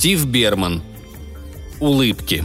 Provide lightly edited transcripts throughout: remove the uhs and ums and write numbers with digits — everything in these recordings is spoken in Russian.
Стив Берман. Улыбки.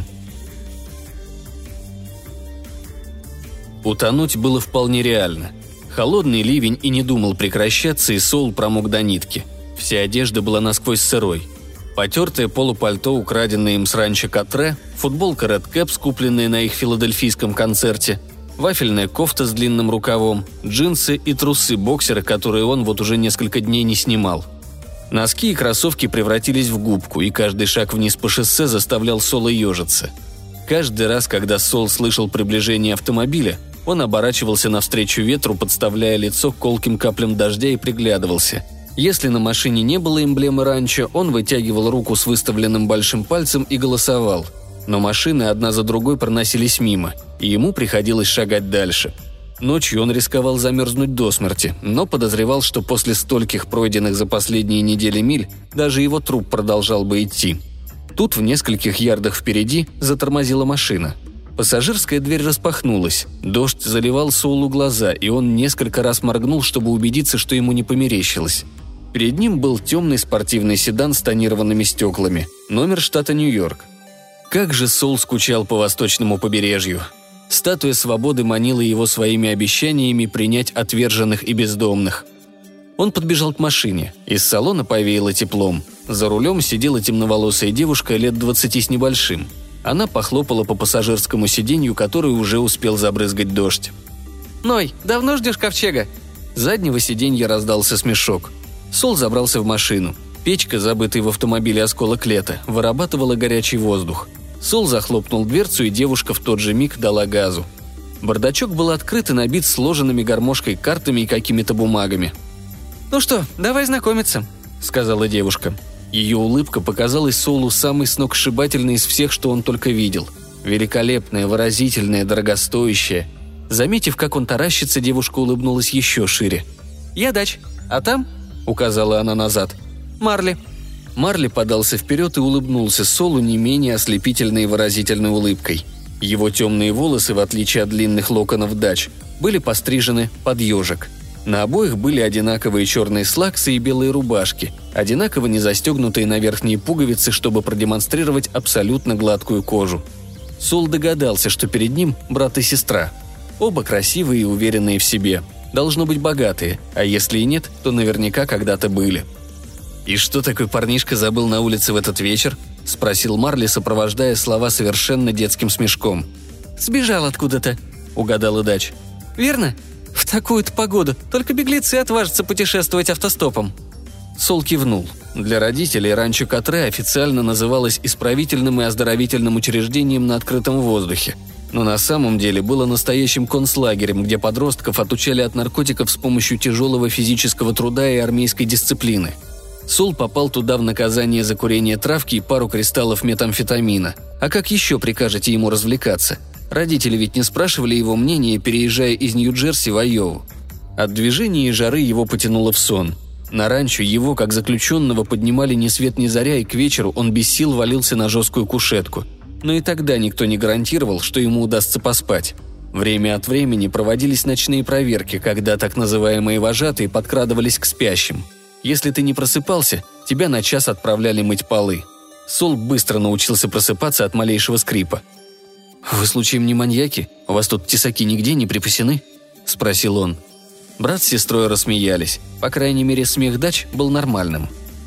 Утонуть было вполне реально. Холодный ливень и не думал прекращаться, и Соул промок до нитки. Вся одежда была насквозь сырой. Потертое полупальто, украденное им с ранчо Катре, футболка Red Caps, купленная на их филадельфийском концерте, вафельная кофта с длинным рукавом, джинсы и трусы-боксеры, которые он вот уже несколько дней не снимал. Носки и кроссовки превратились в губку, и каждый шаг вниз по шоссе заставлял Сола ежиться. Каждый раз, когда Сол слышал приближение автомобиля, он оборачивался навстречу ветру, подставляя лицо к колким каплям дождя и приглядывался. Если на машине не было эмблемы ранчо, он вытягивал руку с выставленным большим пальцем и голосовал. Но машины одна за другой проносились мимо, и ему приходилось шагать дальше. Ночью он рисковал замерзнуть до смерти, но подозревал, что после стольких пройденных за последние недели миль даже его труп продолжал бы идти. Тут в нескольких ярдах впереди затормозила машина. Пассажирская дверь распахнулась, дождь заливал Соулу глаза, и он несколько раз моргнул, чтобы убедиться, что ему не померещилось. Перед ним был темный спортивный седан с тонированными стеклами, номер штата Нью-Йорк. Как же Соул скучал по восточному побережью. Статуя свободы манила его своими обещаниями принять отверженных и бездомных. Он подбежал к машине. Из салона повеяло теплом. За рулем сидела темноволосая девушка лет 20 с небольшим. Она похлопала по пассажирскому сиденью, который уже успел забрызгать дождь. «Ной, давно ждешь ковчега?» С заднего сиденья раздался смешок. Сол забрался в машину. Печка, забытая в автомобиле осколок лета, вырабатывала горячий воздух. Сол захлопнул дверцу, и девушка в тот же миг дала газу. Бардачок был открыт и набит сложенными гармошкой картами и какими-то бумагами. «Ну что, давай знакомиться», — сказала девушка. Ее улыбка показалась Солу самой сногсшибательной из всех, что он только видел. Великолепная, выразительная, дорогостоящая. Заметив, как он таращится, девушка улыбнулась еще шире. «Я Дач, а там?» — указала она назад. «Марли». Марли подался вперед и улыбнулся Солу не менее ослепительной и выразительной улыбкой. Его темные волосы, в отличие от длинных локонов Дач, были пострижены под ежик. На обоих были одинаковые черные слаксы и белые рубашки, одинаково не застегнутые на верхние пуговицы, чтобы продемонстрировать абсолютно гладкую кожу. Сол догадался, что перед ним брат и сестра. Оба красивые и уверенные в себе. Должно быть богатые, а если и нет, то наверняка когда-то были. «И что такой парнишка забыл на улице в этот вечер?» – спросил Марли, сопровождая слова совершенно детским смешком. «Сбежал откуда-то», – угадала Дач. «Верно? В такую-то погоду только беглецы отважатся путешествовать автостопом». Сол кивнул. Для родителей ранчо Катре официально называлось исправительным и оздоровительным учреждением на открытом воздухе, но на самом деле было настоящим концлагерем, где подростков отучали от наркотиков с помощью тяжелого физического труда и армейской дисциплины. Сол попал туда в наказание за курение травки и пару кристаллов метамфетамина. А как еще прикажете ему развлекаться? Родители ведь не спрашивали его мнения, переезжая из Нью-Джерси в Айову. От движения и жары его потянуло в сон. На ранчо его, как заключенного, поднимали ни свет ни заря, и к вечеру он без сил валился на жесткую кушетку. Но и тогда никто не гарантировал, что ему удастся поспать. Время от времени проводились ночные проверки, когда так называемые вожатые подкрадывались к спящим. Если ты не просыпался, тебя на час отправляли мыть полы. Сол быстро научился просыпаться от малейшего скрипа. «Вы случаем не маньяки? У вас тут тесаки нигде не припасены?» – спросил он. Брат с сестрой рассмеялись. По крайней мере, смех Дач был нормальным.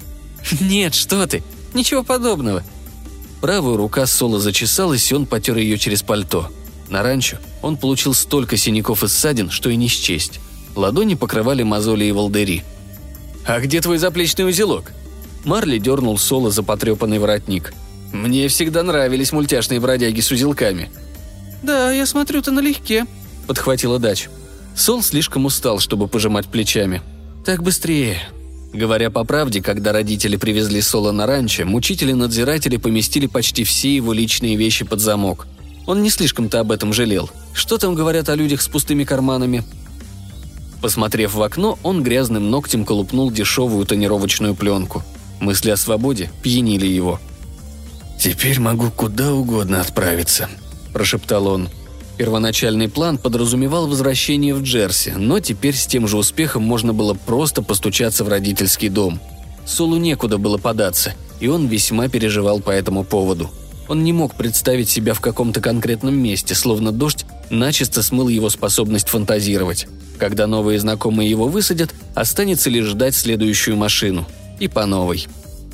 «Нет, что ты! Ничего подобного!» Правая рука Сола зачесалась, и он потер ее через пальто. На ранчо он получил столько синяков и ссадин, что и не счесть. Ладони покрывали мозоли и волдыри. «А где твой заплечный узелок?» Марли дернул Сола за потрепанный воротник. «Мне всегда нравились мультяшные бродяги с узелками». «Да, я смотрю, ты налегке», — подхватила Дач. Сол слишком устал, чтобы пожимать плечами. «Так быстрее». Говоря по правде, когда родители привезли Сола на ранчо, мучители-надзиратели поместили почти все его личные вещи под замок. Он не слишком-то об этом жалел. Что там говорят о людях с пустыми карманами? Посмотрев в окно, он грязным ногтем колупнул дешевую тонировочную пленку. Мысли о свободе пьянили его. «Теперь могу куда угодно отправиться», – прошептал он. Первоначальный план подразумевал возвращение в Джерси, но теперь с тем же успехом можно было просто постучаться в родительский дом. Солу некуда было податься, и он весьма переживал по этому поводу. Он не мог представить себя в каком-то конкретном месте, словно дождь начисто смыл его способность фантазировать. Когда новые знакомые его высадят, останется лишь ждать следующую машину. И по новой.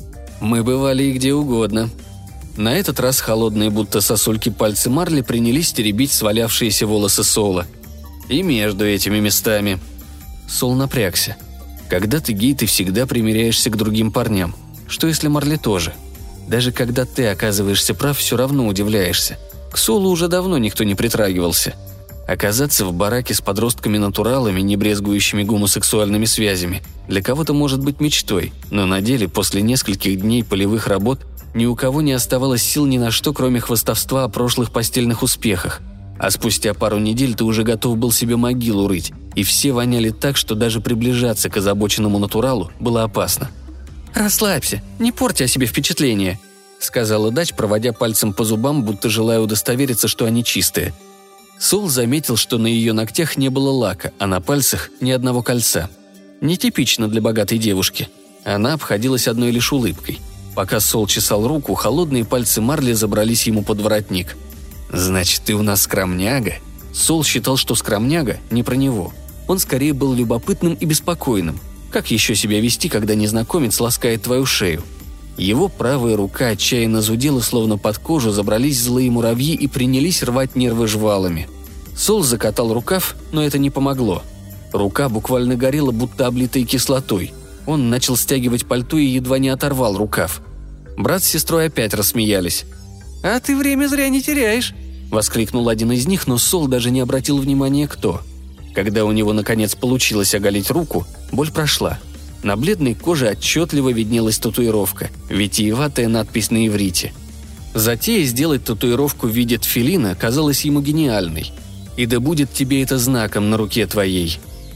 Мы бывали и где угодно. На этот раз холодные, будто сосульки пальцы Марли принялись теребить свалявшиеся волосы Сола. И между этими местами. Сол напрягся. Когда ты гей, ты всегда примиряешься к другим парням. Что если Марли тоже? Даже когда ты оказываешься прав, все равно удивляешься. К Солу уже давно никто не притрагивался. Оказаться в бараке с подростками-натуралами, не брезгующими гомосексуальными связями, для кого-то может быть мечтой, но на деле после нескольких дней полевых работ ни у кого не оставалось сил ни на что, кроме хвастовства о прошлых постельных успехах. А спустя пару недель ты уже готов был себе могилу рыть, и все воняли так, что даже приближаться к озабоченному натуралу было опасно. «Расслабься, не порти о себе впечатление», — сказала Дач, проводя пальцем по зубам, будто желая удостовериться, что они чистые. Сол заметил, что на ее ногтях не было лака, а на пальцах ни одного кольца. Нетипично для богатой девушки. Она обходилась одной лишь улыбкой. Пока Сол чесал руку, холодные пальцы Марли забрались ему под воротник. «Значит, ты у нас скромняга?» Сол считал, что скромняга не про него. Он скорее был любопытным и беспокойным. Как еще себя вести, когда незнакомец ласкает твою шею? Его правая рука отчаянно зудела, словно под кожу забрались злые муравьи и принялись рвать нервы жвалами. Сол закатал рукав, но это не помогло. Рука буквально горела, будто облитая кислотой. Он начал стягивать пальто и едва не оторвал рукав. Брат с сестрой опять рассмеялись. «А ты время зря не теряешь!» – воскликнул один из них, но Сол даже не обратил внимания, кто. Когда у него наконец получилось оголить руку, боль прошла. На бледной коже отчетливо виднелась татуировка, витиеватая надпись на иврите. Затея сделать татуировку в виде тфилина казалась ему гениальной. «И да будет тебе это знаком на руке твоей».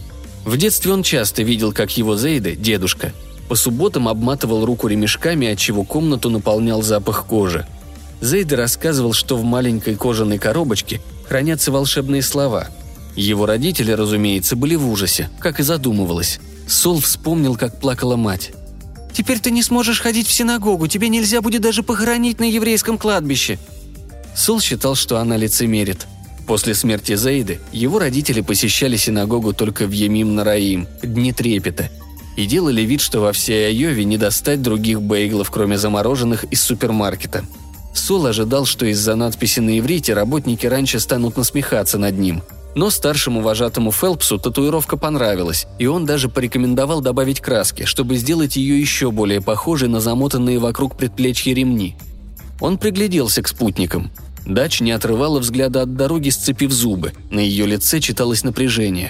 В детстве он часто видел, как его Зейде, дедушка, по субботам обматывал руку ремешками, отчего комнату наполнял запах кожи. Зейде рассказывал, что в маленькой кожаной коробочке хранятся волшебные слова. Его родители, разумеется, были в ужасе, как и задумывалось. Сол вспомнил, как плакала мать. «Теперь ты не сможешь ходить в синагогу, тебе нельзя будет даже похоронить на еврейском кладбище». Сол считал, что она лицемерит. После смерти Зейды его родители посещали синагогу только в Ямим-Нараим, дни трепета, и делали вид, что во всей Айове не достать других бейглов, кроме замороженных из супермаркета. Сол ожидал, что из-за надписи на иврите работники раньше станут насмехаться над ним. Но старшему вожатому Фелпсу татуировка понравилась, и он даже порекомендовал добавить краски, чтобы сделать ее еще более похожей на замотанные вокруг предплечья ремни. Он пригляделся к спутникам. Дач не отрывала взгляда от дороги, сцепив зубы. На ее лице читалось напряжение.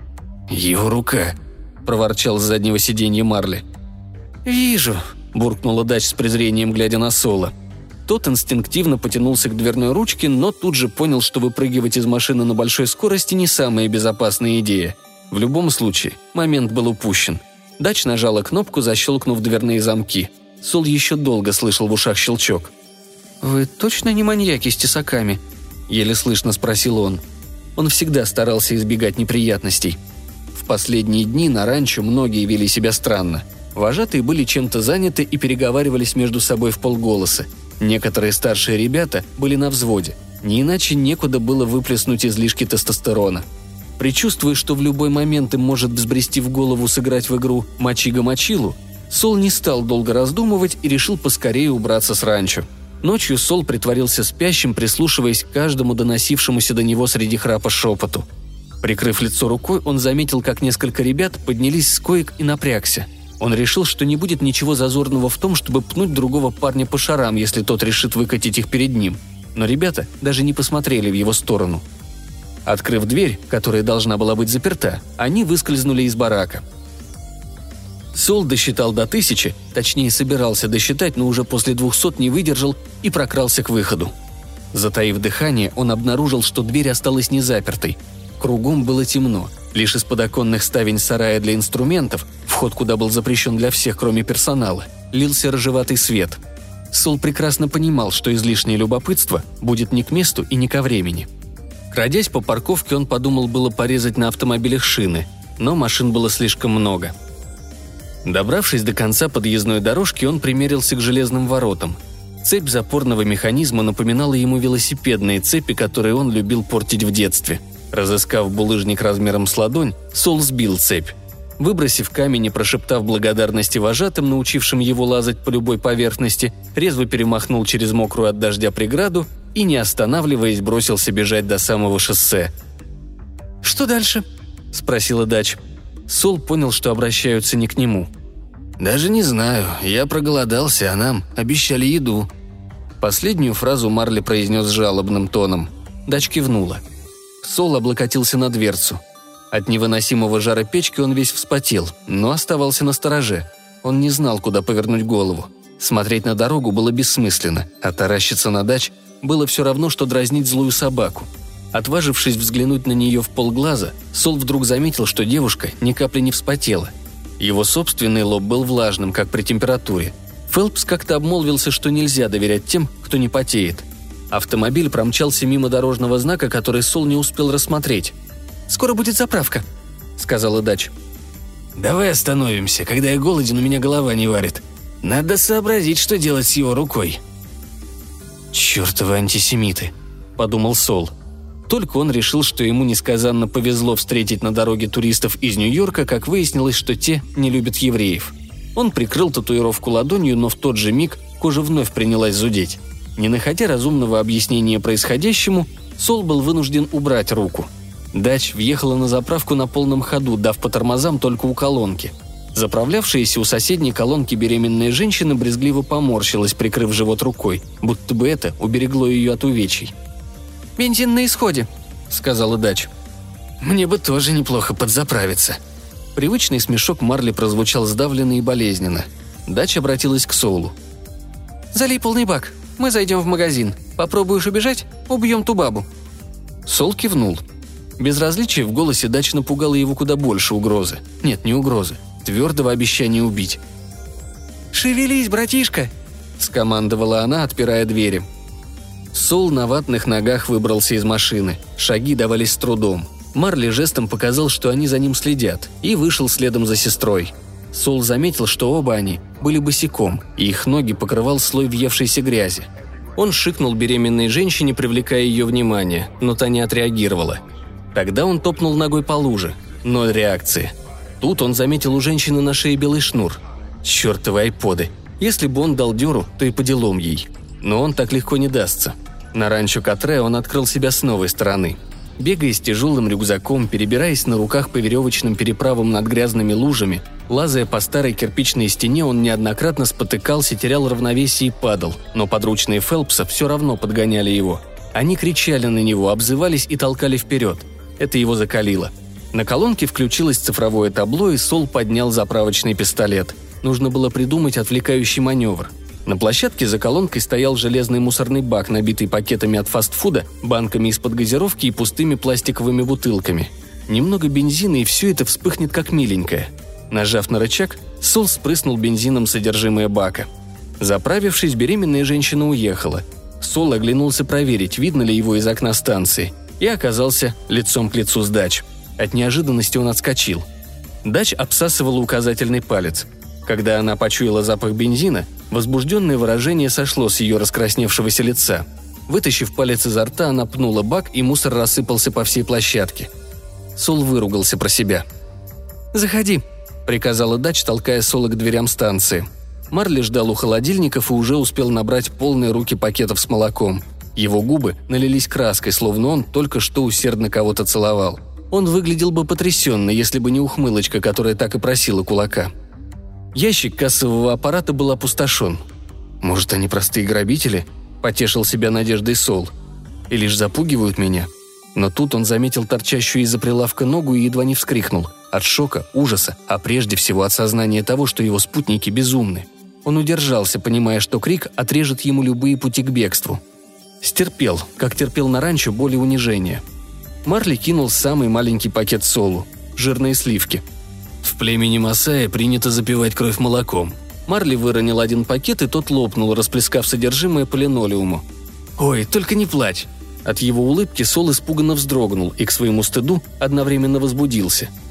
«Его рука», – проворчал с заднего сиденья Марли. «Вижу», – буркнула Дач с презрением, глядя на Сола. Тот инстинктивно потянулся к дверной ручке, но тут же понял, что выпрыгивать из машины на большой скорости не самая безопасная идея. В любом случае, момент был упущен. Дач нажала кнопку, защелкнув дверные замки. Сол еще долго слышал в ушах щелчок. «Вы точно не маньяки с тесаками?» – еле слышно спросил он. Он всегда старался избегать неприятностей. В последние дни на ранчо многие вели себя странно. Вожатые были чем-то заняты и переговаривались между собой вполголоса. Некоторые старшие ребята были на взводе. Не иначе некуда было выплеснуть излишки тестостерона. Предчувствуя, что в любой момент им может взбрести в голову сыграть в игру «Мачига-мачилу», Сол не стал долго раздумывать и решил поскорее убраться с ранчо. Ночью Сол притворился спящим, прислушиваясь к каждому доносившемуся до него среди храпа шепоту. Прикрыв лицо рукой, он заметил, как несколько ребят поднялись с коек и напрягся. Он решил, что не будет ничего зазорного в том, чтобы пнуть другого парня по шарам, если тот решит выкатить их перед ним. Но ребята даже не посмотрели в его сторону. Открыв дверь, которая должна была быть заперта, они выскользнули из барака. Сол досчитал до 1000, точнее собирался досчитать, но уже после 200 не выдержал и прокрался к выходу. Затаив дыхание, он обнаружил, что дверь осталась незапертой. Кругом было темно. Лишь из подоконных ставень сарая для инструментов, вход куда был запрещен для всех, кроме персонала, лился рыжеватый свет. Сол прекрасно понимал, что излишнее любопытство будет не к месту и не ко времени. Крадясь по парковке, он подумал было порезать на автомобилях шины, но машин было слишком много. Добравшись до конца подъездной дорожки, он примерился к железным воротам. Цепь запорного механизма напоминала ему велосипедные цепи, которые он любил портить в детстве. Разыскав булыжник размером с ладонь, Сол сбил цепь. Выбросив камень и прошептав благодарности вожатым, научившим его лазать по любой поверхности, резво перемахнул через мокрую от дождя преграду и, не останавливаясь, бросился бежать до самого шоссе. «Что дальше?» – спросила Дач. Сол понял, что обращаются не к нему. «Даже не знаю. Я проголодался, а нам обещали еду». Последнюю фразу Марли произнес жалобным тоном. Дач кивнула. Сол облокотился на дверцу. От невыносимого жара печки он весь вспотел, но оставался настороже. Он не знал, куда повернуть голову. Смотреть на дорогу было бессмысленно, а таращиться на Дач было все равно, что дразнить злую собаку. Отважившись взглянуть на нее в полглаза, Сол вдруг заметил, что девушка ни капли не вспотела. Его собственный лоб был влажным, как при температуре. Фелпс как-то обмолвился, что нельзя доверять тем, кто не потеет. Автомобиль промчался мимо дорожного знака, который Сол не успел рассмотреть. «Скоро будет заправка», — сказала Дач. «Давай остановимся. Когда я голоден, у меня голова не варит. Надо сообразить, что делать с его рукой». «Чёртовы антисемиты», — подумал Сол. Только он решил, что ему несказанно повезло встретить на дороге туристов из Нью-Йорка, как выяснилось, что те не любят евреев. Он прикрыл татуировку ладонью, но в тот же миг кожа вновь принялась зудеть. Не находя разумного объяснения происходящему, Сол был вынужден убрать руку. Дач въехала на заправку на полном ходу, дав по тормозам только у колонки. Заправлявшаяся у соседней колонки беременная женщина брезгливо поморщилась, прикрыв живот рукой, будто бы это уберегло ее от увечий. «Бензин на исходе», — сказала Дач. «Мне бы тоже неплохо подзаправиться». Привычный смешок Марли прозвучал сдавленно и болезненно. Дач обратилась к Соулу. «Залей полный бак. Мы зайдем в магазин. Попробуешь убежать? Убьем ту бабу». Сол кивнул. Безразличие в голосе Дач напугало его куда больше угрозы. Нет, не угрозы. Твердого обещания убить. «Шевелись, братишка!» – скомандовала она, отпирая двери. Сол на ватных ногах выбрался из машины. Шаги давались с трудом. Марли жестом показал, что они за ним следят, и вышел следом за сестрой. Сол заметил, что оба они были босиком, и их ноги покрывал слой въевшейся грязи. Он шикнул беременной женщине, привлекая ее внимание, но та не отреагировала. Тогда он топнул ногой по луже. Ноль реакции. Тут он заметил у женщины на шее белый шнур. Чёртовы айподы. Если бы он дал дёру, то и по делам ей. Но он так легко не дастся. На ранчо Катре он открыл себя с новой стороны. Бегая с тяжелым рюкзаком, перебираясь на руках по веревочным переправам над грязными лужами, лазая по старой кирпичной стене, он неоднократно спотыкался, терял равновесие и падал, но подручные Фелпса все равно подгоняли его. Они кричали на него, обзывались и толкали вперед. Это его закалило. На колонке включилось цифровое табло, и Сол поднял заправочный пистолет. Нужно было придумать отвлекающий маневр. На площадке за колонкой стоял железный мусорный бак, набитый пакетами от фастфуда, банками из-под газировки и пустыми пластиковыми бутылками. Немного бензина, и все это вспыхнет как миленькое. Нажав на рычаг, Сол спрыснул бензином содержимое бака. Заправившись, беременная женщина уехала. Сол оглянулся проверить, видно ли его из окна станции, и оказался лицом к лицу с Дач. От неожиданности он отскочил. Дач обсасывала указательный палец. Когда она почуяла запах бензина, возбужденное выражение сошло с ее раскрасневшегося лица. Вытащив палец изо рта, она пнула бак, и мусор рассыпался по всей площадке. Сол выругался про себя. «Заходи», — приказала Дач, толкая Сола к дверям станции. Марли ждал у холодильников и уже успел набрать полные руки пакетов с молоком. Его губы налились краской, словно он только что усердно кого-то целовал. Он выглядел бы потрясенно, если бы не ухмылочка, которая так и просила кулака. Ящик кассового аппарата был опустошен. «Может, они простые грабители?» – потешил себя надеждой Сол. «И лишь запугивают меня?» Но тут он заметил торчащую из-за прилавка ногу и едва не вскрикнул. От шока, ужаса, а прежде всего от сознания того, что его спутники безумны. Он удержался, понимая, что крик отрежет ему любые пути к бегству. Стерпел, как терпел на ранчо боль и унижение. Марли кинул самый маленький пакет Солу – жирные сливки. В племени Масаи принято запивать кровь молоком. Марли выронил один пакет, и тот лопнул, расплескав содержимое по линолеуму. «Ой, только не плачь!» От его улыбки Сол испуганно вздрогнул и к своему стыду одновременно возбудился.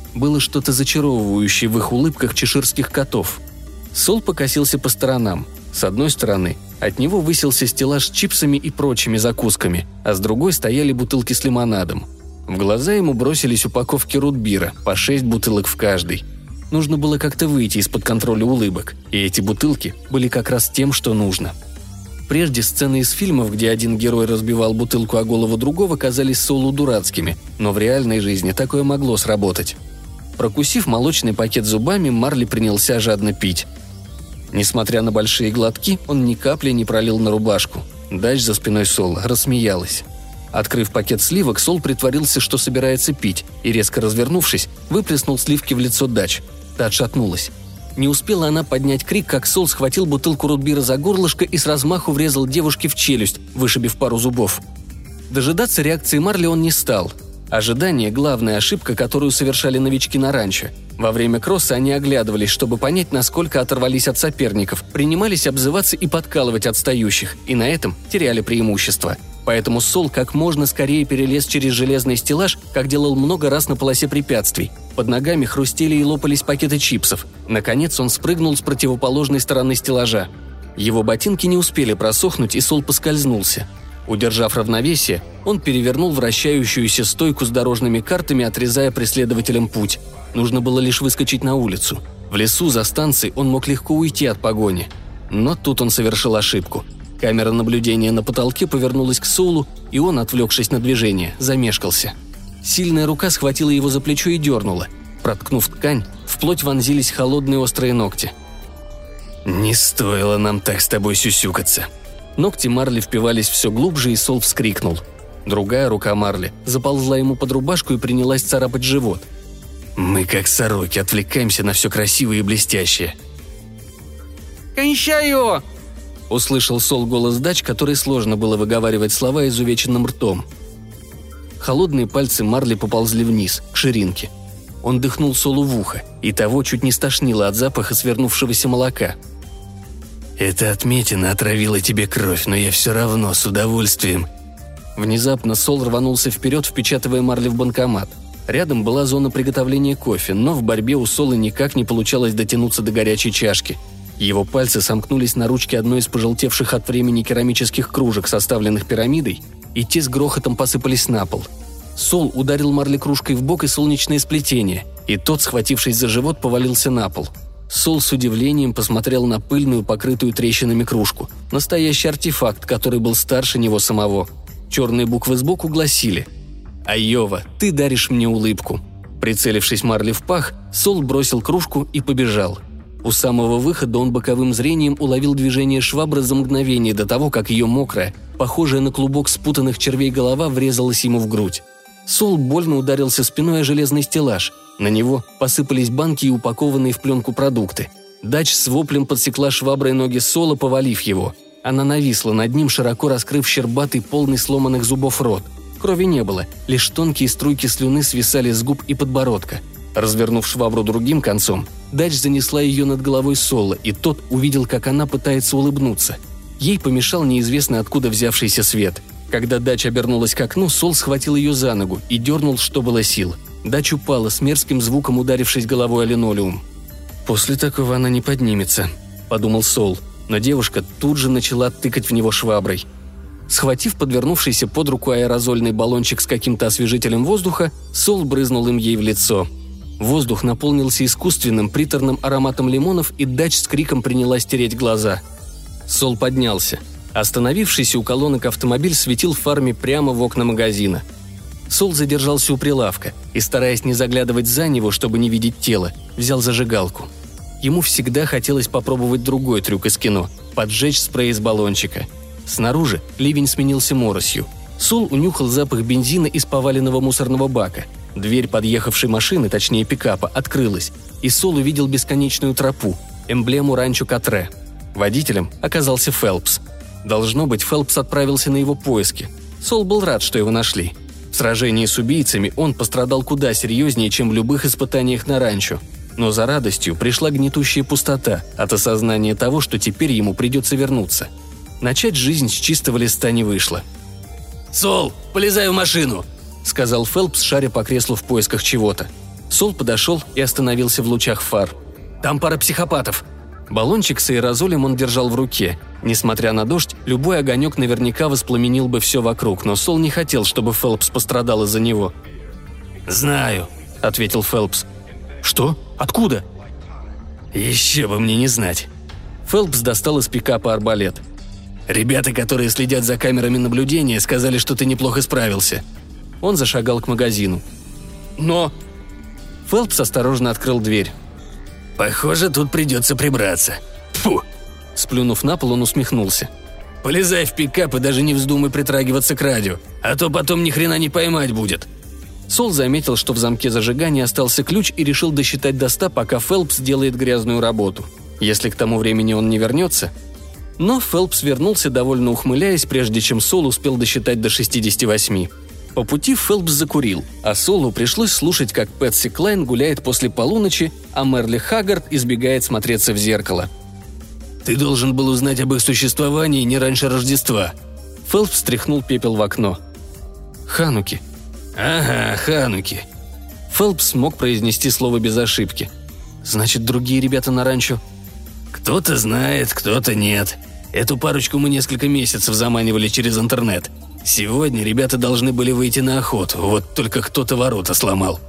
Было что-то зачаровывающее в их улыбках чеширских котов. Сол покосился по сторонам. С одной стороны, от него высился стеллаж с чипсами и прочими закусками, а с другой стояли бутылки с лимонадом. В глаза ему бросились упаковки рутбира, по 6 бутылок в каждой. Нужно было как-то выйти из-под контроля улыбок, и эти бутылки были как раз тем, что нужно. Прежде сцены из фильмов, где один герой разбивал бутылку о голову другого, казались Солу дурацкими, но в реальной жизни такое могло сработать. Прокусив молочный пакет зубами, Марли принялся жадно пить. Несмотря на большие глотки, он ни капли не пролил на рубашку. Дач за спиной Сола рассмеялась. Открыв пакет сливок, Сол притворился, что собирается пить, и, резко развернувшись, выплеснул сливки в лицо Дач. Та отшатнулась. Не успела она поднять крик, как Сол схватил бутылку рутбира за горлышко и с размаху врезал девушке в челюсть, вышибив пару зубов. Дожидаться реакции Марли он не стал. Ожидание – главная ошибка, которую совершали новички на ранчо. Во время кросса они оглядывались, чтобы понять, насколько оторвались от соперников, принимались обзываться и подкалывать отстающих, и на этом теряли преимущество. Поэтому Сол как можно скорее перелез через железный стеллаж, как делал много раз на полосе препятствий. Под ногами хрустели и лопались пакеты чипсов. Наконец он спрыгнул с противоположной стороны стеллажа. Его ботинки не успели просохнуть, и Сол поскользнулся. Удержав равновесие, он перевернул вращающуюся стойку с дорожными картами, отрезая преследователям путь. Нужно было лишь выскочить на улицу. В лесу за станцией он мог легко уйти от погони. Но тут он совершил ошибку. Камера наблюдения на потолке повернулась к Солу, и он, отвлекшись на движение, замешкался. Сильная рука схватила его за плечо и дернула. Проткнув ткань, вплоть вонзились холодные острые ногти. «Не стоило нам так с тобой сюсюкаться». Ногти Марли впивались все глубже, и Сол вскрикнул. Другая рука Марли заползла ему под рубашку и принялась царапать живот. «Мы, как сороки, отвлекаемся на все красивое и блестящее». «Кончаю!» — услышал Сол голос Дач, который сложно было выговаривать слова изувеченным ртом. Холодные пальцы Марли поползли вниз, к ширинке. Он дыхнул Солу в ухо, и того чуть не стошнило от запаха свернувшегося молока. «Эта отметина отравила тебе кровь, но я все равно с удовольствием». Внезапно Сол рванулся вперед, впечатывая Марли в банкомат. Рядом была зона приготовления кофе, но в борьбе у Сола никак не получалось дотянуться до горячей чашки. Его пальцы сомкнулись на ручке одной из пожелтевших от времени керамических кружек, составленных пирамидой, и те с грохотом посыпались на пол. Сол ударил Марли кружкой в бок и солнечное сплетение, и тот, схватившись за живот, повалился на пол. Сол с удивлением посмотрел на пыльную, покрытую трещинами кружку. Настоящий артефакт, который был старше него самого. Черные буквы сбоку гласили: «Айова, ты даришь мне улыбку». Прицелившись Марли в пах, Сол бросил кружку и побежал. У самого выхода он боковым зрением уловил движение швабры за мгновение до того, как ее мокрая, похожая на клубок спутанных червей голова, врезалась ему в грудь. Сол больно ударился спиной о железный стеллаж. На него посыпались банки и упакованные в пленку продукты. Дач с воплем подсекла шваброй ноги Сола, повалив его. Она нависла над ним, широко раскрыв щербатый, полный сломанных зубов рот. Крови не было, лишь тонкие струйки слюны свисали с губ и подбородка. Развернув швабру другим концом, Дач занесла ее над головой Сола, и тот увидел, как она пытается улыбнуться. Ей помешал неизвестно откуда взявшийся свет. Когда Дач обернулась к окну, Сол схватил ее за ногу и дернул, что было сил. Дач упала, с мерзким звуком ударившись головой о линолеум. «После такого она не поднимется», – подумал Сол, но девушка тут же начала тыкать в него шваброй. Схватив подвернувшийся под руку аэрозольный баллончик с каким-то освежителем воздуха, Сол брызнул им ей в лицо. Воздух наполнился искусственным приторным ароматом лимонов, и Дач с криком принялась тереть глаза. Сол поднялся. Остановившийся у колонок автомобиль светил фарами прямо в окна магазина. Сол задержался у прилавка и, стараясь не заглядывать за него, чтобы не видеть тело, взял зажигалку. Ему всегда хотелось попробовать другой трюк из кино – поджечь спрей из баллончика. Снаружи ливень сменился моросью. Сол унюхал запах бензина из поваленного мусорного бака. Дверь подъехавшей машины, точнее пикапа, открылась, и Сол увидел бесконечную тропу, эмблему ранчо Катре. Водителем оказался Фелпс. Должно быть, Фелпс отправился на его поиски. Сол был рад, что его нашли. В сражении с убийцами он пострадал куда серьезнее, чем в любых испытаниях на ранчо. Но за радостью пришла гнетущая пустота от осознания того, что теперь ему придется вернуться. Начать жизнь с чистого листа не вышло. «Сол, полезай в машину!» – сказал Фелпс, шаря по креслу в поисках чего-то. Сол подошел и остановился в лучах фар. «Там пара психопатов!» Баллончик с аэрозолем он держал в руке. Несмотря на дождь, любой огонек наверняка воспламенил бы все вокруг, но Сол не хотел, чтобы Фелпс пострадал из-за него. «Знаю», — ответил Фелпс. «Что? Откуда?» «Еще бы мне не знать». Фелпс достал из пикапа арбалет. «Ребята, которые следят за камерами наблюдения, сказали, что ты неплохо справился». Он зашагал к магазину. «Но...» Фелпс осторожно открыл дверь. «Похоже, тут придется прибраться. Фу!» Сплюнув на пол, он усмехнулся. «Полезай в пикап и даже не вздумай притрагиваться к радио, а то потом ни хрена не поймать будет». Сол заметил, что в замке зажигания остался ключ и решил досчитать до 100, пока Фелпс делает грязную работу. Если к тому времени он не вернется... Но Фелпс вернулся, довольно ухмыляясь, прежде чем Сол успел досчитать до 68. По пути Фелпс закурил, а Солу пришлось слушать, как Пэтси Клайн гуляет после полуночи, а Мерли Хаггард избегает смотреться в зеркало. «Ты должен был узнать об их существовании не раньше Рождества». Фелпс стряхнул пепел в окно. «Хануки». «Ага, Хануки». Фелпс смог произнести слово без ошибки. «Значит, другие ребята на ранчо?» «Кто-то знает, кто-то нет. Эту парочку мы несколько месяцев заманивали через интернет. Сегодня ребята должны были выйти на охоту, вот только кто-то ворота сломал».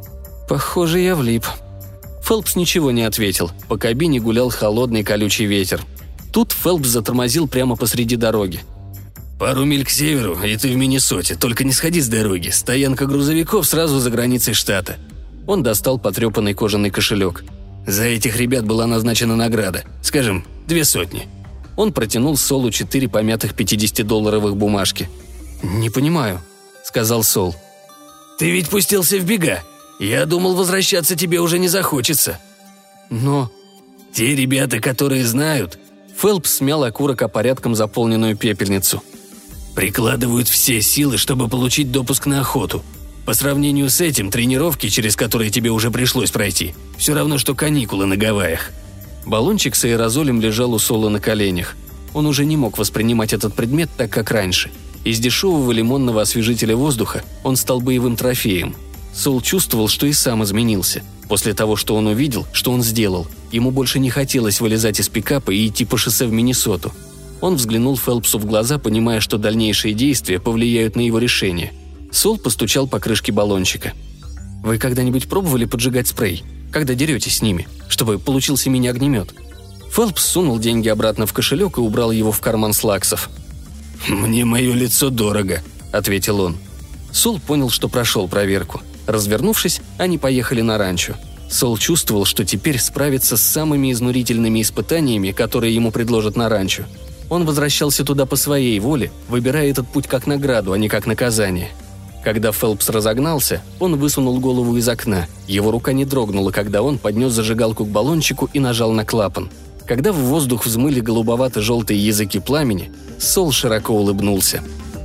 «Похоже, я влип». Фелпс ничего не ответил. По кабине гулял холодный колючий ветер. Тут Фелпс затормозил прямо посреди дороги. «Пару миль к северу, и ты в Миннесоте. Только не сходи с дороги. Стоянка грузовиков сразу за границей штата». Он достал потрепанный кожаный кошелек. «За этих ребят была назначена награда. Скажем, 200». Он протянул Солу 4 помятых 50-долларовых бумажки. «Не понимаю», — сказал Сол. «Ты ведь пустился в бега. Я думал, возвращаться тебе уже не захочется». «Но...» «Те ребята, которые знают...» Фелпс смял окурок о порядком заполненную пепельницу. «Прикладывают все силы, чтобы получить допуск на охоту. По сравнению с этим, тренировки, через которые тебе уже пришлось пройти, все равно, что каникулы на Гавайях». Баллончик с аэрозолем лежал у Сола на коленях. Он уже не мог воспринимать этот предмет так, как раньше. Из дешевого лимонного освежителя воздуха он стал боевым трофеем. Сол чувствовал, что и сам изменился. После того, что он увидел, что он сделал, ему больше не хотелось вылезать из пикапа и идти по шоссе в Миннесоту. Он взглянул Фелпсу в глаза, понимая, что дальнейшие действия повлияют на его решение. Сол постучал по крышке баллончика. «Вы когда-нибудь пробовали поджигать спрей, когда деретесь с ними, чтобы получился мини-огнемет?» Фелпс сунул деньги обратно в кошелек и убрал его в карман слаксов. «Мне мое лицо дорого», — ответил он. Сол понял, что прошел проверку. Развернувшись, они поехали на ранчо. Сол чувствовал, что теперь справится с самыми изнурительными испытаниями, которые ему предложат на ранчо. Он возвращался туда по своей воле, выбирая этот путь как награду, а не как наказание. Когда Фелпс разогнался, он высунул голову из окна. Его рука не дрогнула, когда он поднес зажигалку к баллончику и нажал на клапан. Когда в воздух взмыли голубовато-желтые языки пламени, Сол широко улыбнулся.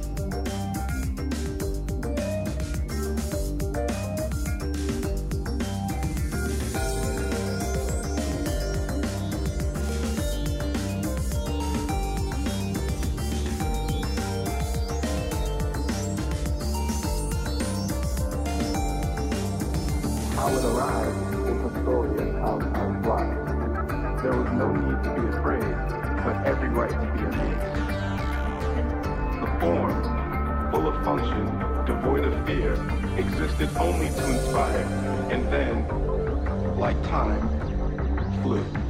How it arrived is a story of how time flies. There was no need to be afraid, but every right to be amazed. The form, full of function, devoid of fear, existed only to inspire, and then, like time, flew.